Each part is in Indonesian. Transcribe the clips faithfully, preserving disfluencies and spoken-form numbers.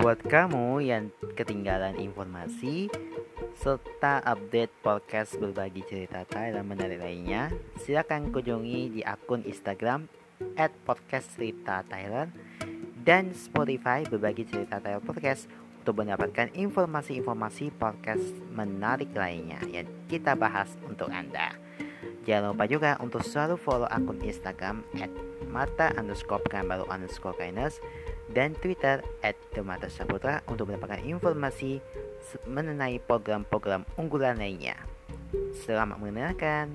Buat kamu yang ketinggalan informasi serta update podcast berbagi cerita Thailand menarik lainnya, silakan kunjungi di akun Instagram et podcast cerita Thailand dan Spotify berbagi cerita Thailand podcast untuk mendapatkan informasi-informasi podcast menarik lainnya yang kita bahas untuk Anda. Jangan lupa juga untuk selalu follow akun Instagram et mata underscore pekanbaru underscore kindness dan Twitter et demata saputra untuk mendapatkan informasi mengenai program-program unggulan lainnya. Selamat mendengarkan.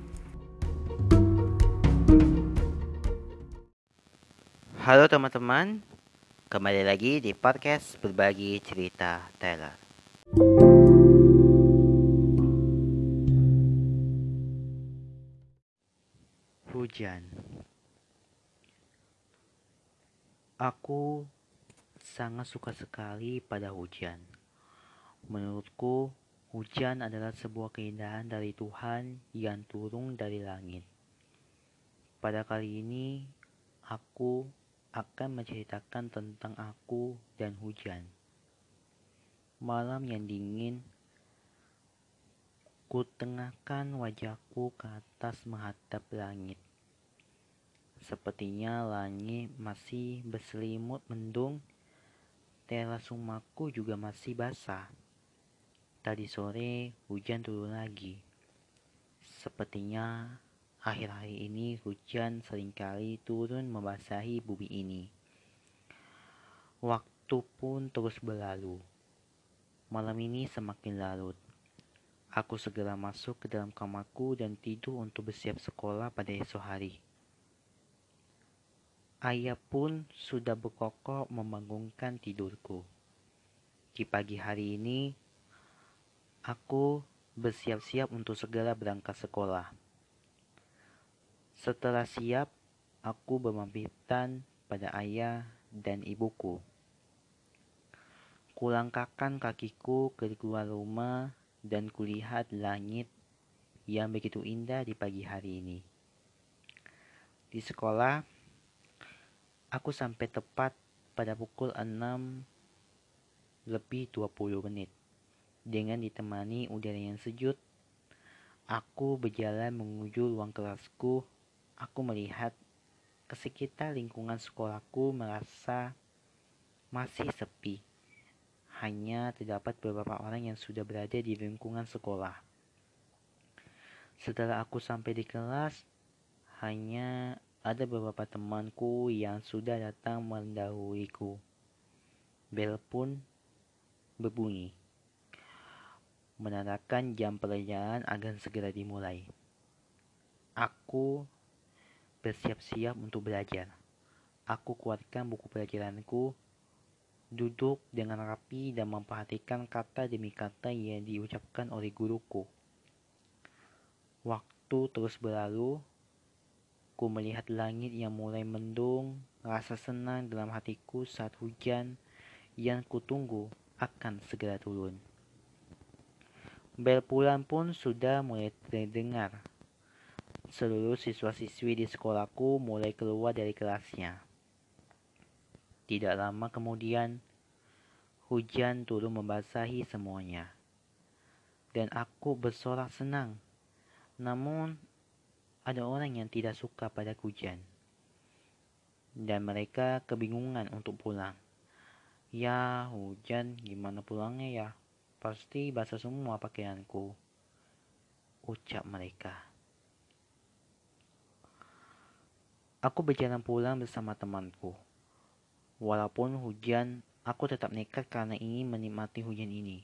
Halo teman-teman, kembali lagi di podcast berbagi cerita Thailand. Hujan. Aku sangat suka sekali pada hujan. Menurutku, hujan adalah sebuah keindahan dari Tuhan yang turun dari langit. Pada kali ini, aku akan menceritakan tentang aku dan hujan. Malam yang dingin, ku tengahkan wajahku ke atas menghadap langit. Sepertinya langit masih berselimut mendung, teras rumahku juga masih basah. Tadi sore hujan turun lagi. Sepertinya akhir-akhir ini hujan seringkali turun membasahi bumi ini. Waktu pun terus berlalu. Malam ini semakin larut. Aku segera masuk ke dalam kamarku dan tidur untuk bersiap sekolah pada esok hari. Ayah pun sudah berkokok membangunkan tidurku. Di pagi hari ini, aku bersiap-siap untuk segera berangkat sekolah. Setelah siap, aku berpamitan pada ayah dan ibuku. Kulangkahkan kakiku ke luar rumah dan kulihat langit yang begitu indah di pagi hari ini. Di sekolah, aku sampai tepat pada pukul enam lebih dua puluh menit. Dengan ditemani udara yang sejuk, aku berjalan menuju ruang kelasku. Aku melihat ke sekitar lingkungan sekolahku merasa masih sepi. Hanya terdapat beberapa orang yang sudah berada di lingkungan sekolah. Setelah aku sampai di kelas, hanya ada beberapa temanku yang sudah datang mendahuluiku. Bel pun berbunyi, menandakan jam pelajaran akan segera dimulai. Aku bersiap-siap untuk belajar. Aku keluarkan buku pelajaranku, duduk dengan rapi dan memperhatikan kata demi kata yang diucapkan oleh guruku. Waktu terus berlalu. Ku melihat langit yang mulai mendung, rasa senang dalam hatiku saat hujan yang kutunggu akan segera turun. Bel pulang pun sudah mulai terdengar. Seluruh siswa-siswi di sekolahku mulai keluar dari kelasnya. Tidak lama kemudian, hujan turun membasahi semuanya. Dan aku bersorak senang. Namun, ada orang yang tidak suka pada hujan. Dan mereka kebingungan untuk pulang. Ya, hujan gimana pulangnya ya? Pasti basah semua pakaianku, ucap mereka. Aku berjalan pulang bersama temanku. Walaupun hujan, aku tetap nekat karena ingin menikmati hujan ini.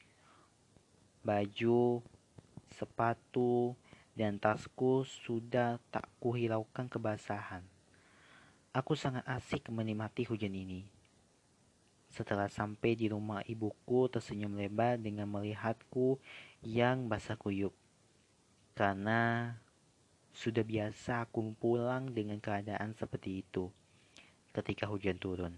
Baju, sepatu, dan tasku sudah tak kuhiraukan kebasahan. Aku sangat asik menikmati hujan ini. Setelah sampai di rumah, ibuku tersenyum lebar dengan melihatku yang basah kuyup. Karena sudah biasa aku pulang dengan keadaan seperti itu ketika hujan turun.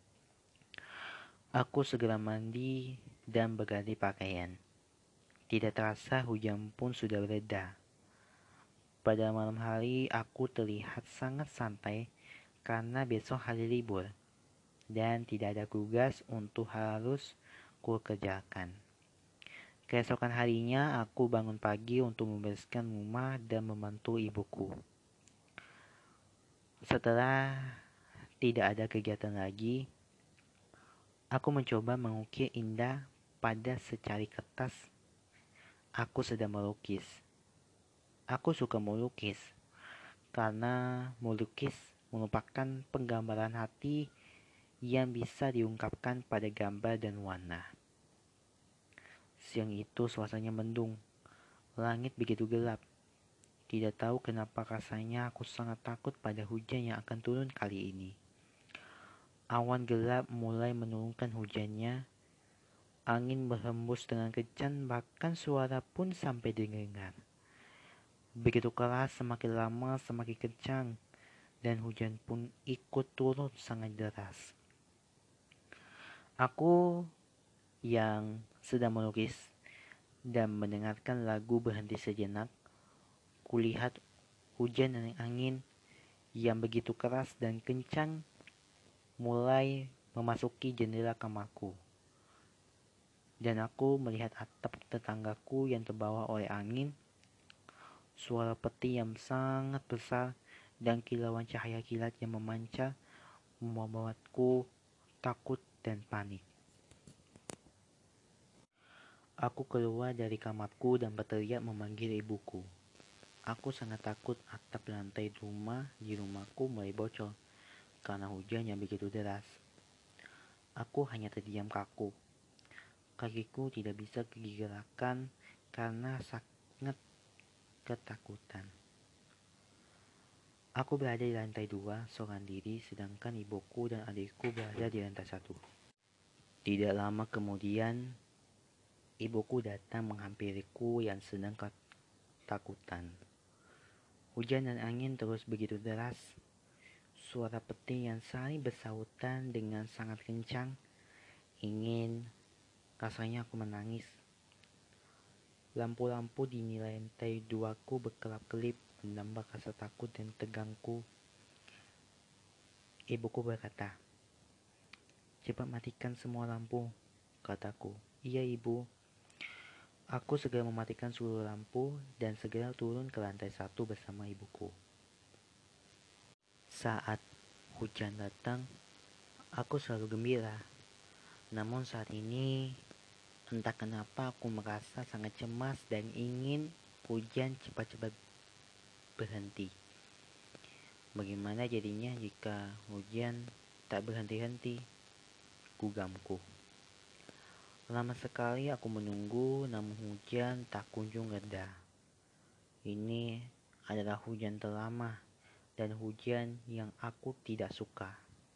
Aku segera mandi dan berganti pakaian. Tidak terasa hujan pun sudah reda. Pada malam hari aku terlihat sangat santai karena besok hari libur. dan tidak ada tugas untuk harus kukerjakan. Keesokan harinya, aku bangun pagi untuk membereskan rumah dan membantu ibuku. Setelah tidak ada kegiatan lagi, aku mencoba mengukir indah pada secari kertas. Aku sedang melukis. Aku suka melukis karena melukis merupakan penggambaran hati yang bisa diungkapkan pada gambar dan warna. Siang itu suasananya mendung, langit begitu gelap. Tidak tahu kenapa rasanya aku sangat takut pada hujan yang akan turun kali ini. Awan gelap mulai menurunkan hujannya. Angin berhembus dengan kencang, bahkan suara pun sampai didengar. Begitu keras, semakin lama semakin kencang, dan hujan pun ikut turun sangat deras. Aku yang sedang melukis dan mendengarkan lagu berhenti sejenak. Kulihat hujan dan angin yang begitu keras dan kencang mulai memasuki jendela kamarku. Dan aku melihat atap tetanggaku yang terbawa oleh angin. Suara peti yang sangat besar dan kilauan cahaya kilat yang memancar membuatku takut dan panik. Aku keluar dari kamarku dan berteriak memanggil ibuku. Aku sangat takut atap lantai rumah di rumahku mulai bocor karena hujan yang begitu deras. Aku hanya terdiam kaku. Kakiku tidak bisa digerakkan karena sangat ketakutan. Aku berada di lantai dua seorang diri, sedangkan ibuku dan adikku berada di lantai satu. Tidak lama kemudian, ibuku datang menghampiriku yang sedang ketakutan. Hujan dan angin terus begitu deras. Suara peti yang saling bersahutan dengan sangat kencang. Ingin rasanya aku menangis. Lampu-lampu di lantai duaku berkelap-kelip menambah rasa takut dan tegangku. Ibuku berkata, "Cepat matikan semua lampu," kataku. "Iya, Ibu." Aku segera mematikan seluruh lampu dan segera turun ke lantai satu bersama ibuku. Saat hujan datang, aku selalu gembira. Namun saat ini, entah kenapa aku merasa sangat cemas dan ingin hujan cepat-cepat berhenti. Bagaimana jadinya jika hujan tak berhenti-henti? Gugamku. Lama sekali aku menunggu, namun hujan tak kunjung reda. Ini adalah hujan terlama dan hujan yang aku tidak suka.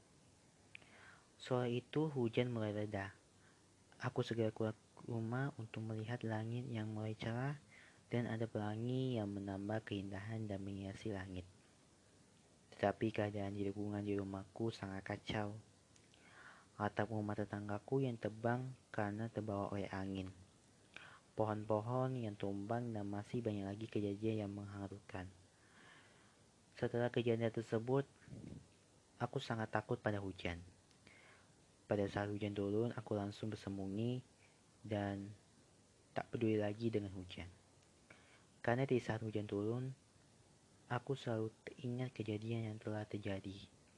Sore itu hujan mulai reda. Aku segera keluar rumah untuk melihat langit yang mulai cerah dan ada pelangi yang menambah keindahan dan menghiasi langit. Tetapi keadaan di lingkungan di rumahku sangat kacau. Atap rumah tetanggaku yang terbang karena terbawa oleh angin. Pohon-pohon yang tumbang dan masih banyak lagi kejadian yang mengharukan. Setelah kejadian tersebut, aku sangat takut pada hujan. Pada saat hujan turun, aku langsung bersembunyi dan tak peduli lagi dengan hujan. Karena di saat hujan turun, aku selalu teringat kejadian yang telah terjadi.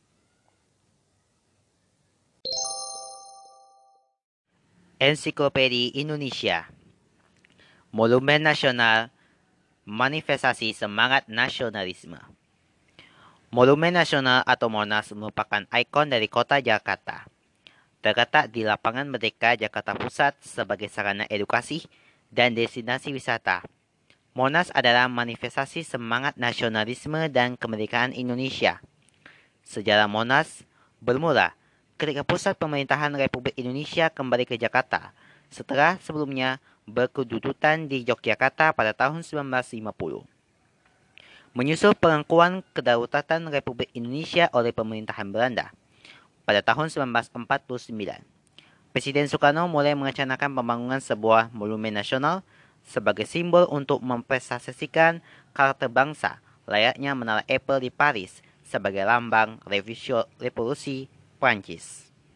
Ensiklopedia Indonesia. Monumen Nasional, manifestasi semangat nasionalisme. Monumen Nasional atau Monas merupakan ikon dari kota Jakarta. Terletak di Lapangan Merdeka, Jakarta Pusat sebagai sarana edukasi dan destinasi wisata. Monas adalah manifestasi semangat nasionalisme dan kemerdekaan Indonesia. Sejarah Monas bermula ketika pusat pemerintahan Republik Indonesia kembali ke Jakarta setelah sebelumnya berkedudukan di Yogyakarta pada tahun sembilan belas lima puluh. Menyusul pengakuan kedaulatan Republik Indonesia oleh pemerintahan Belanda pada tahun sembilan belas empat puluh sembilan, Presiden Soekarno mulai merencanakan pembangunan sebuah monumen nasional sebagai simbol untuk mempresentasikan karakter bangsa, layaknya Menara Eiffel di Paris sebagai lambang revolusi Prancis.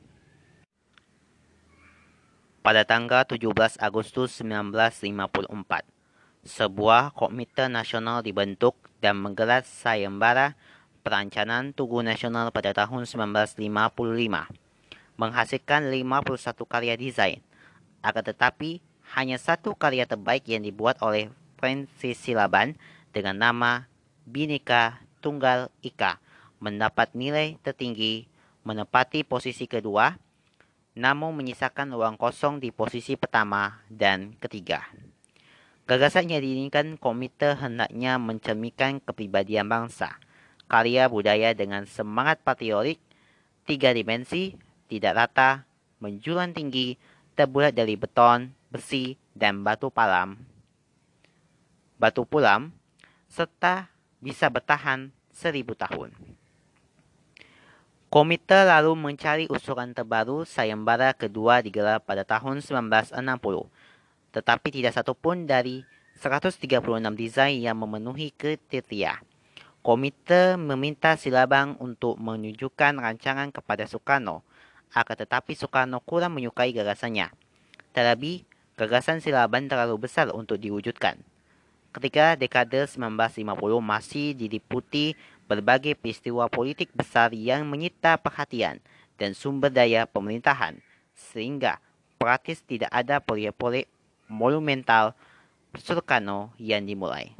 pada tanggal tujuh belas Agustus seribu sembilan ratus lima puluh empat. Sebuah komite nasional dibentuk dan menggelar sayembara perancangan Tugu Nasional pada tahun seribu sembilan ratus lima puluh lima, menghasilkan lima puluh satu karya desain. Akan tetapi, hanya satu karya terbaik yang dibuat oleh Francis Silaban dengan nama Bhinneka Tunggal Ika mendapat nilai tertinggi, menempati posisi kedua, namun menyisakan ruang kosong di posisi pertama dan ketiga. Gagasan yang diinginkan komite hendaknya mencerminkan kepribadian bangsa, karya budaya dengan semangat patriotik, tiga dimensi, tidak rata, menjulang tinggi, terbuat dari beton, besi, dan batu palam, batu pulam, serta bisa bertahan seribu tahun. Komite lalu mencari usulan terbaru. Sayembara kedua digelar pada tahun seribu sembilan ratus enam puluh, tetapi tidak satu pun dari seratus tiga puluh enam desain yang memenuhi kriteria. Komite meminta Silaban untuk menunjukkan rancangan kepada Soekarno, akan tetapi Soekarno kurang menyukai gagasannya. Terlebih, gagasan Silaban terlalu besar untuk diwujudkan. Ketika dekade seribu sembilan ratus lima puluh masih diliputi berbagai peristiwa politik besar yang menyita perhatian dan sumber daya pemerintahan, sehingga praktis tidak ada proyek-proyek monumental Soekarno yang dimulai.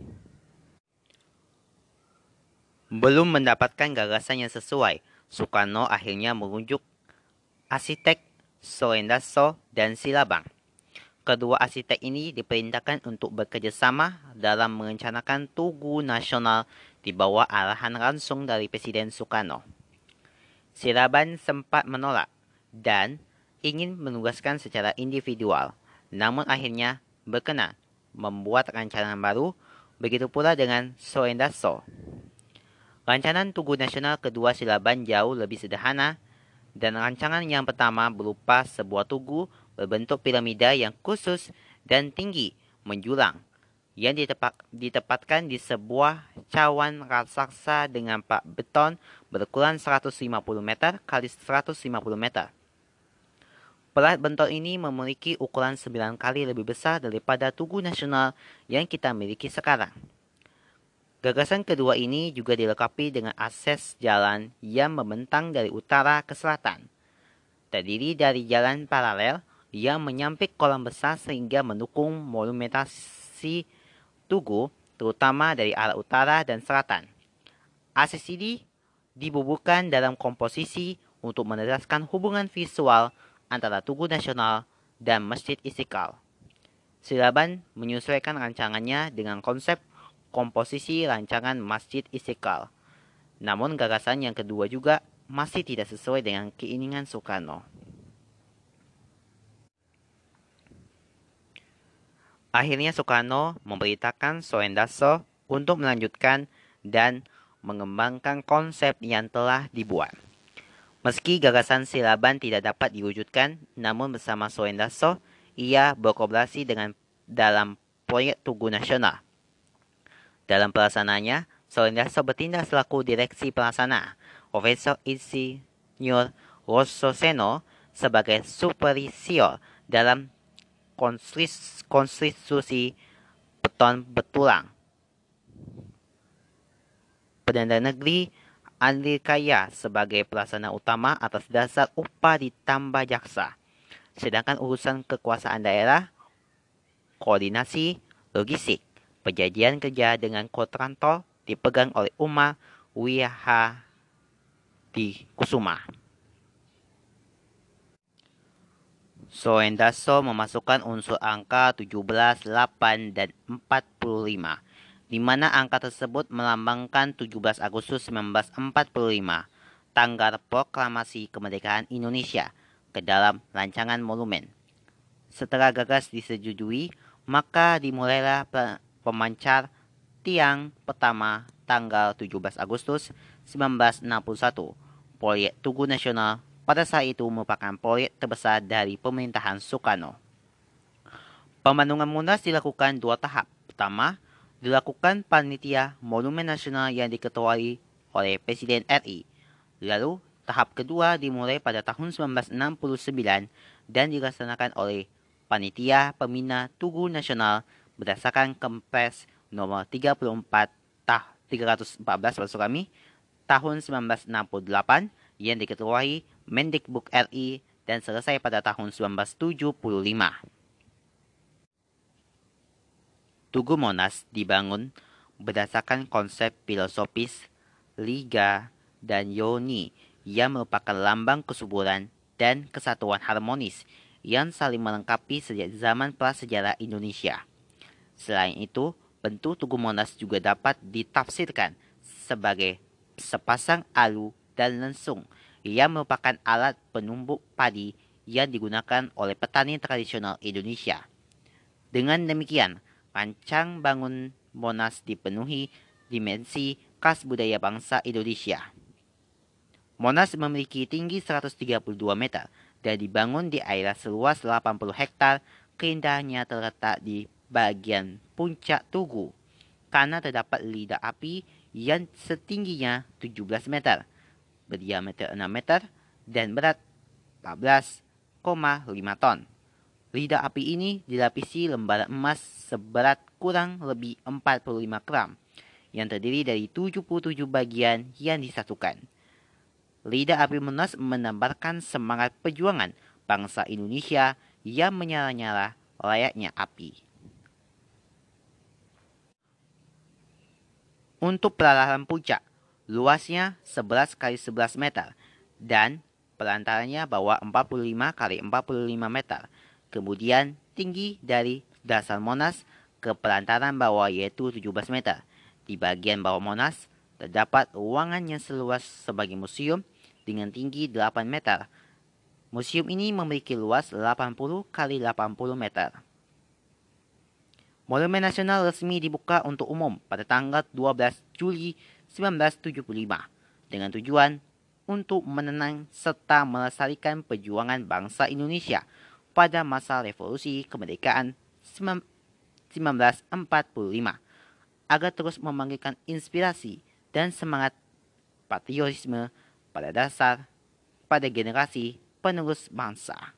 Belum mendapatkan gagasan yang sesuai, Soekarno akhirnya menunjuk arsitek Soendarso dan Silaban. Kedua arsitek ini diperintahkan untuk bekerjasama dalam merencanakan Tugu Nasional di bawah arahan langsung dari Presiden Soekarno. Silaban sempat menolak dan ingin menugaskan secara individual, namun akhirnya berkenan membuat rancangan baru, begitu pula dengan Soendarso. Rancangan Tugu Nasional kedua Silaban jauh lebih sederhana, dan rancangan yang pertama berupa sebuah tugu berbentuk piramida yang khusus dan tinggi menjulang, yang ditepak, ditempatkan di sebuah cawan raksasa dengan pak beton berukuran seratus lima puluh meter kali seratus lima puluh meter. Pelat beton ini memiliki ukuran sembilan kali lebih besar daripada Tugu Nasional yang kita miliki sekarang. Gagasan kedua ini juga dilengkapi dengan akses jalan yang membentang dari utara ke selatan, terdiri dari jalan paralel yang menyamping kolam besar sehingga mendukung monumentasi tugu, terutama dari arah utara dan selatan. Akses ini dibubuhkan dalam komposisi untuk menegaskan hubungan visual antara Tugu Nasional dan Masjid Istiqlal. Silaban menyesuaikan rancangannya dengan konsep komposisi rancangan Masjid Istiqlal. Namun gagasan yang kedua juga masih tidak sesuai dengan keinginan Soekarno. Akhirnya Soekarno memerintahkan Soendarso untuk melanjutkan dan mengembangkan konsep yang telah dibuat. Meski gagasan Silaban tidak dapat diwujudkan, namun bersama Soendarso, ia berkolaborasi dengan dalam proyek Tugu Nasional. Dalam pelaksanaannya, Soendarso bertindak selaku direksi pelaksana, Profesor Insinyur Rosso Seno sebagai supervisor dalam konstruksi beton betulang. Perdana Negeri Andri Kaya sebagai pelaksana utama atas dasar upah ditambah jaksa, sedangkan urusan kekuasaan daerah, koordinasi, logistik, perjanjian kerja dengan kontraktor dipegang oleh Umar Wiyahadi Kusuma. Soendarso memasukkan unsur angka tujuh belas, delapan, dan empat puluh lima, di mana angka tersebut melambangkan tujuh belas Agustus seribu sembilan ratus empat puluh lima, tanggal proklamasi kemerdekaan Indonesia, ke dalam rancangan monumen. Setelah gagas disetujui, maka dimulailah pemancar tiang pertama tanggal tujuh belas Agustus seribu sembilan ratus enam puluh satu. Proyek Tugu Nasional pada saat itu merupakan proyek terbesar dari pemerintahan Soekarno. Pembangunan Monas dilakukan dua tahap. Pertama, dilakukan panitia Monumen Nasional yang diketuai oleh Presiden R I. Lalu Tahap kedua dimulai pada tahun seribu sembilan ratus enam puluh sembilan dan dilaksanakan oleh Panitia Pembina Tugu Nasional berdasarkan Kepres nomor tiga puluh empat tah tiga ratus empat belas maksud kami tahun seribu sembilan ratus enam puluh delapan yang diketuai Mendikbud R I dan selesai pada tahun seribu sembilan ratus tujuh puluh lima. Tugu Monas dibangun berdasarkan konsep filosofis Liga dan Yoni yang merupakan lambang kesuburan dan kesatuan harmonis yang saling melengkapi sejak zaman prasejarah Indonesia. Selain itu, bentuk Tugu Monas juga dapat ditafsirkan sebagai sepasang alu dan lensung yang merupakan alat penumbuk padi yang digunakan oleh petani tradisional Indonesia. Dengan demikian, rancang bangun Monas dipenuhi dimensi khas budaya bangsa Indonesia. Monas memiliki tinggi seratus tiga puluh dua meter dan dibangun di area seluas delapan puluh hektar. Keindahannya terletak di bagian puncak tugu karena terdapat lidah api yang setingginya tujuh belas meter, berdiameter enam meter, dan berat empat belas koma lima ton. Lidah api ini dilapisi lembaran emas seberat kurang lebih empat puluh lima gram yang terdiri dari tujuh puluh tujuh bagian yang disatukan. Lidah api Monas menambahkan semangat perjuangan bangsa Indonesia yang menyala-nyala layaknya api. Untuk pelataran puncak, luasnya sebelas kali sebelas meter dan pelantarannya bawah empat puluh lima kali empat puluh lima meter. Kemudian tinggi dari dasar Monas ke pelantaran bawah yaitu tujuh belas meter. Di bagian bawah Monas terdapat ruangan yang seluas sebagai museum dengan tinggi delapan meter. Museum ini memiliki luas delapan puluh kali delapan puluh meter. Monumen Nasional resmi dibuka untuk umum pada tanggal dua belas Juli seribu sembilan ratus tujuh puluh lima dengan tujuan untuk menenang serta melestarikan perjuangan bangsa Indonesia pada masa revolusi kemerdekaan seribu sembilan ratus empat puluh lima agar terus memanggilkan inspirasi dan semangat patriotisme pada dasar pada generasi penerus bangsa.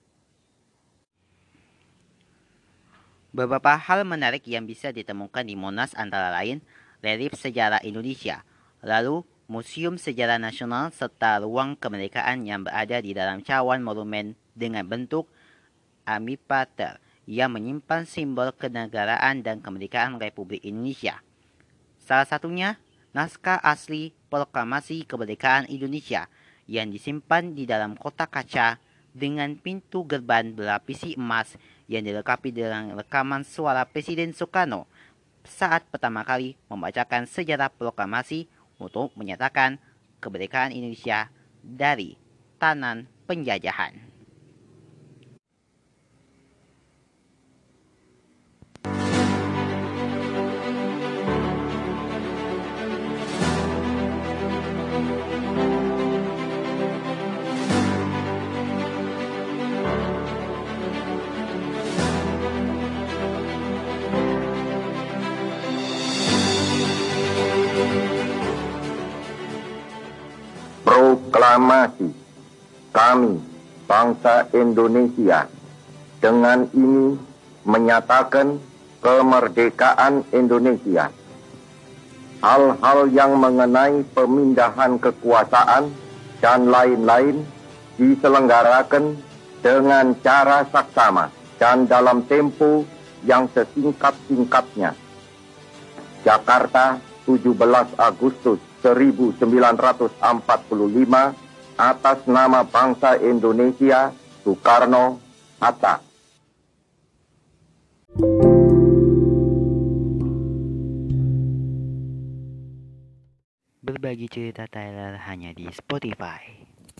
Beberapa hal menarik yang bisa ditemukan di Monas antara lain relief sejarah Indonesia, lalu Museum Sejarah Nasional serta ruang kemerdekaan yang berada di dalam cawan monumen dengan bentuk amfitheater yang menyimpan simbol kenegaraan dan kemerdekaan Republik Indonesia. Salah satunya naskah asli Proklamasi Kemerdekaan Indonesia yang disimpan di dalam kotak kaca dengan pintu gerbang berlapisi emas yang dilengkapi dengan rekaman suara Presiden Soekarno saat pertama kali membacakan sejarah proklamasi untuk menyatakan kemerdekaan Indonesia dari tangan penjajahan. Proklamasi kami, bangsa Indonesia, dengan ini menyatakan kemerdekaan Indonesia. Hal-hal yang mengenai pemindahan kekuasaan dan lain-lain diselenggarakan dengan cara saksama dan dalam tempo yang sesingkat-singkatnya. Jakarta, tujuh belas Agustus seribu sembilan ratus empat puluh lima, atas nama bangsa Indonesia, Soekarno, Hatta. Berbagi cerita Tyler hanya di Spotify.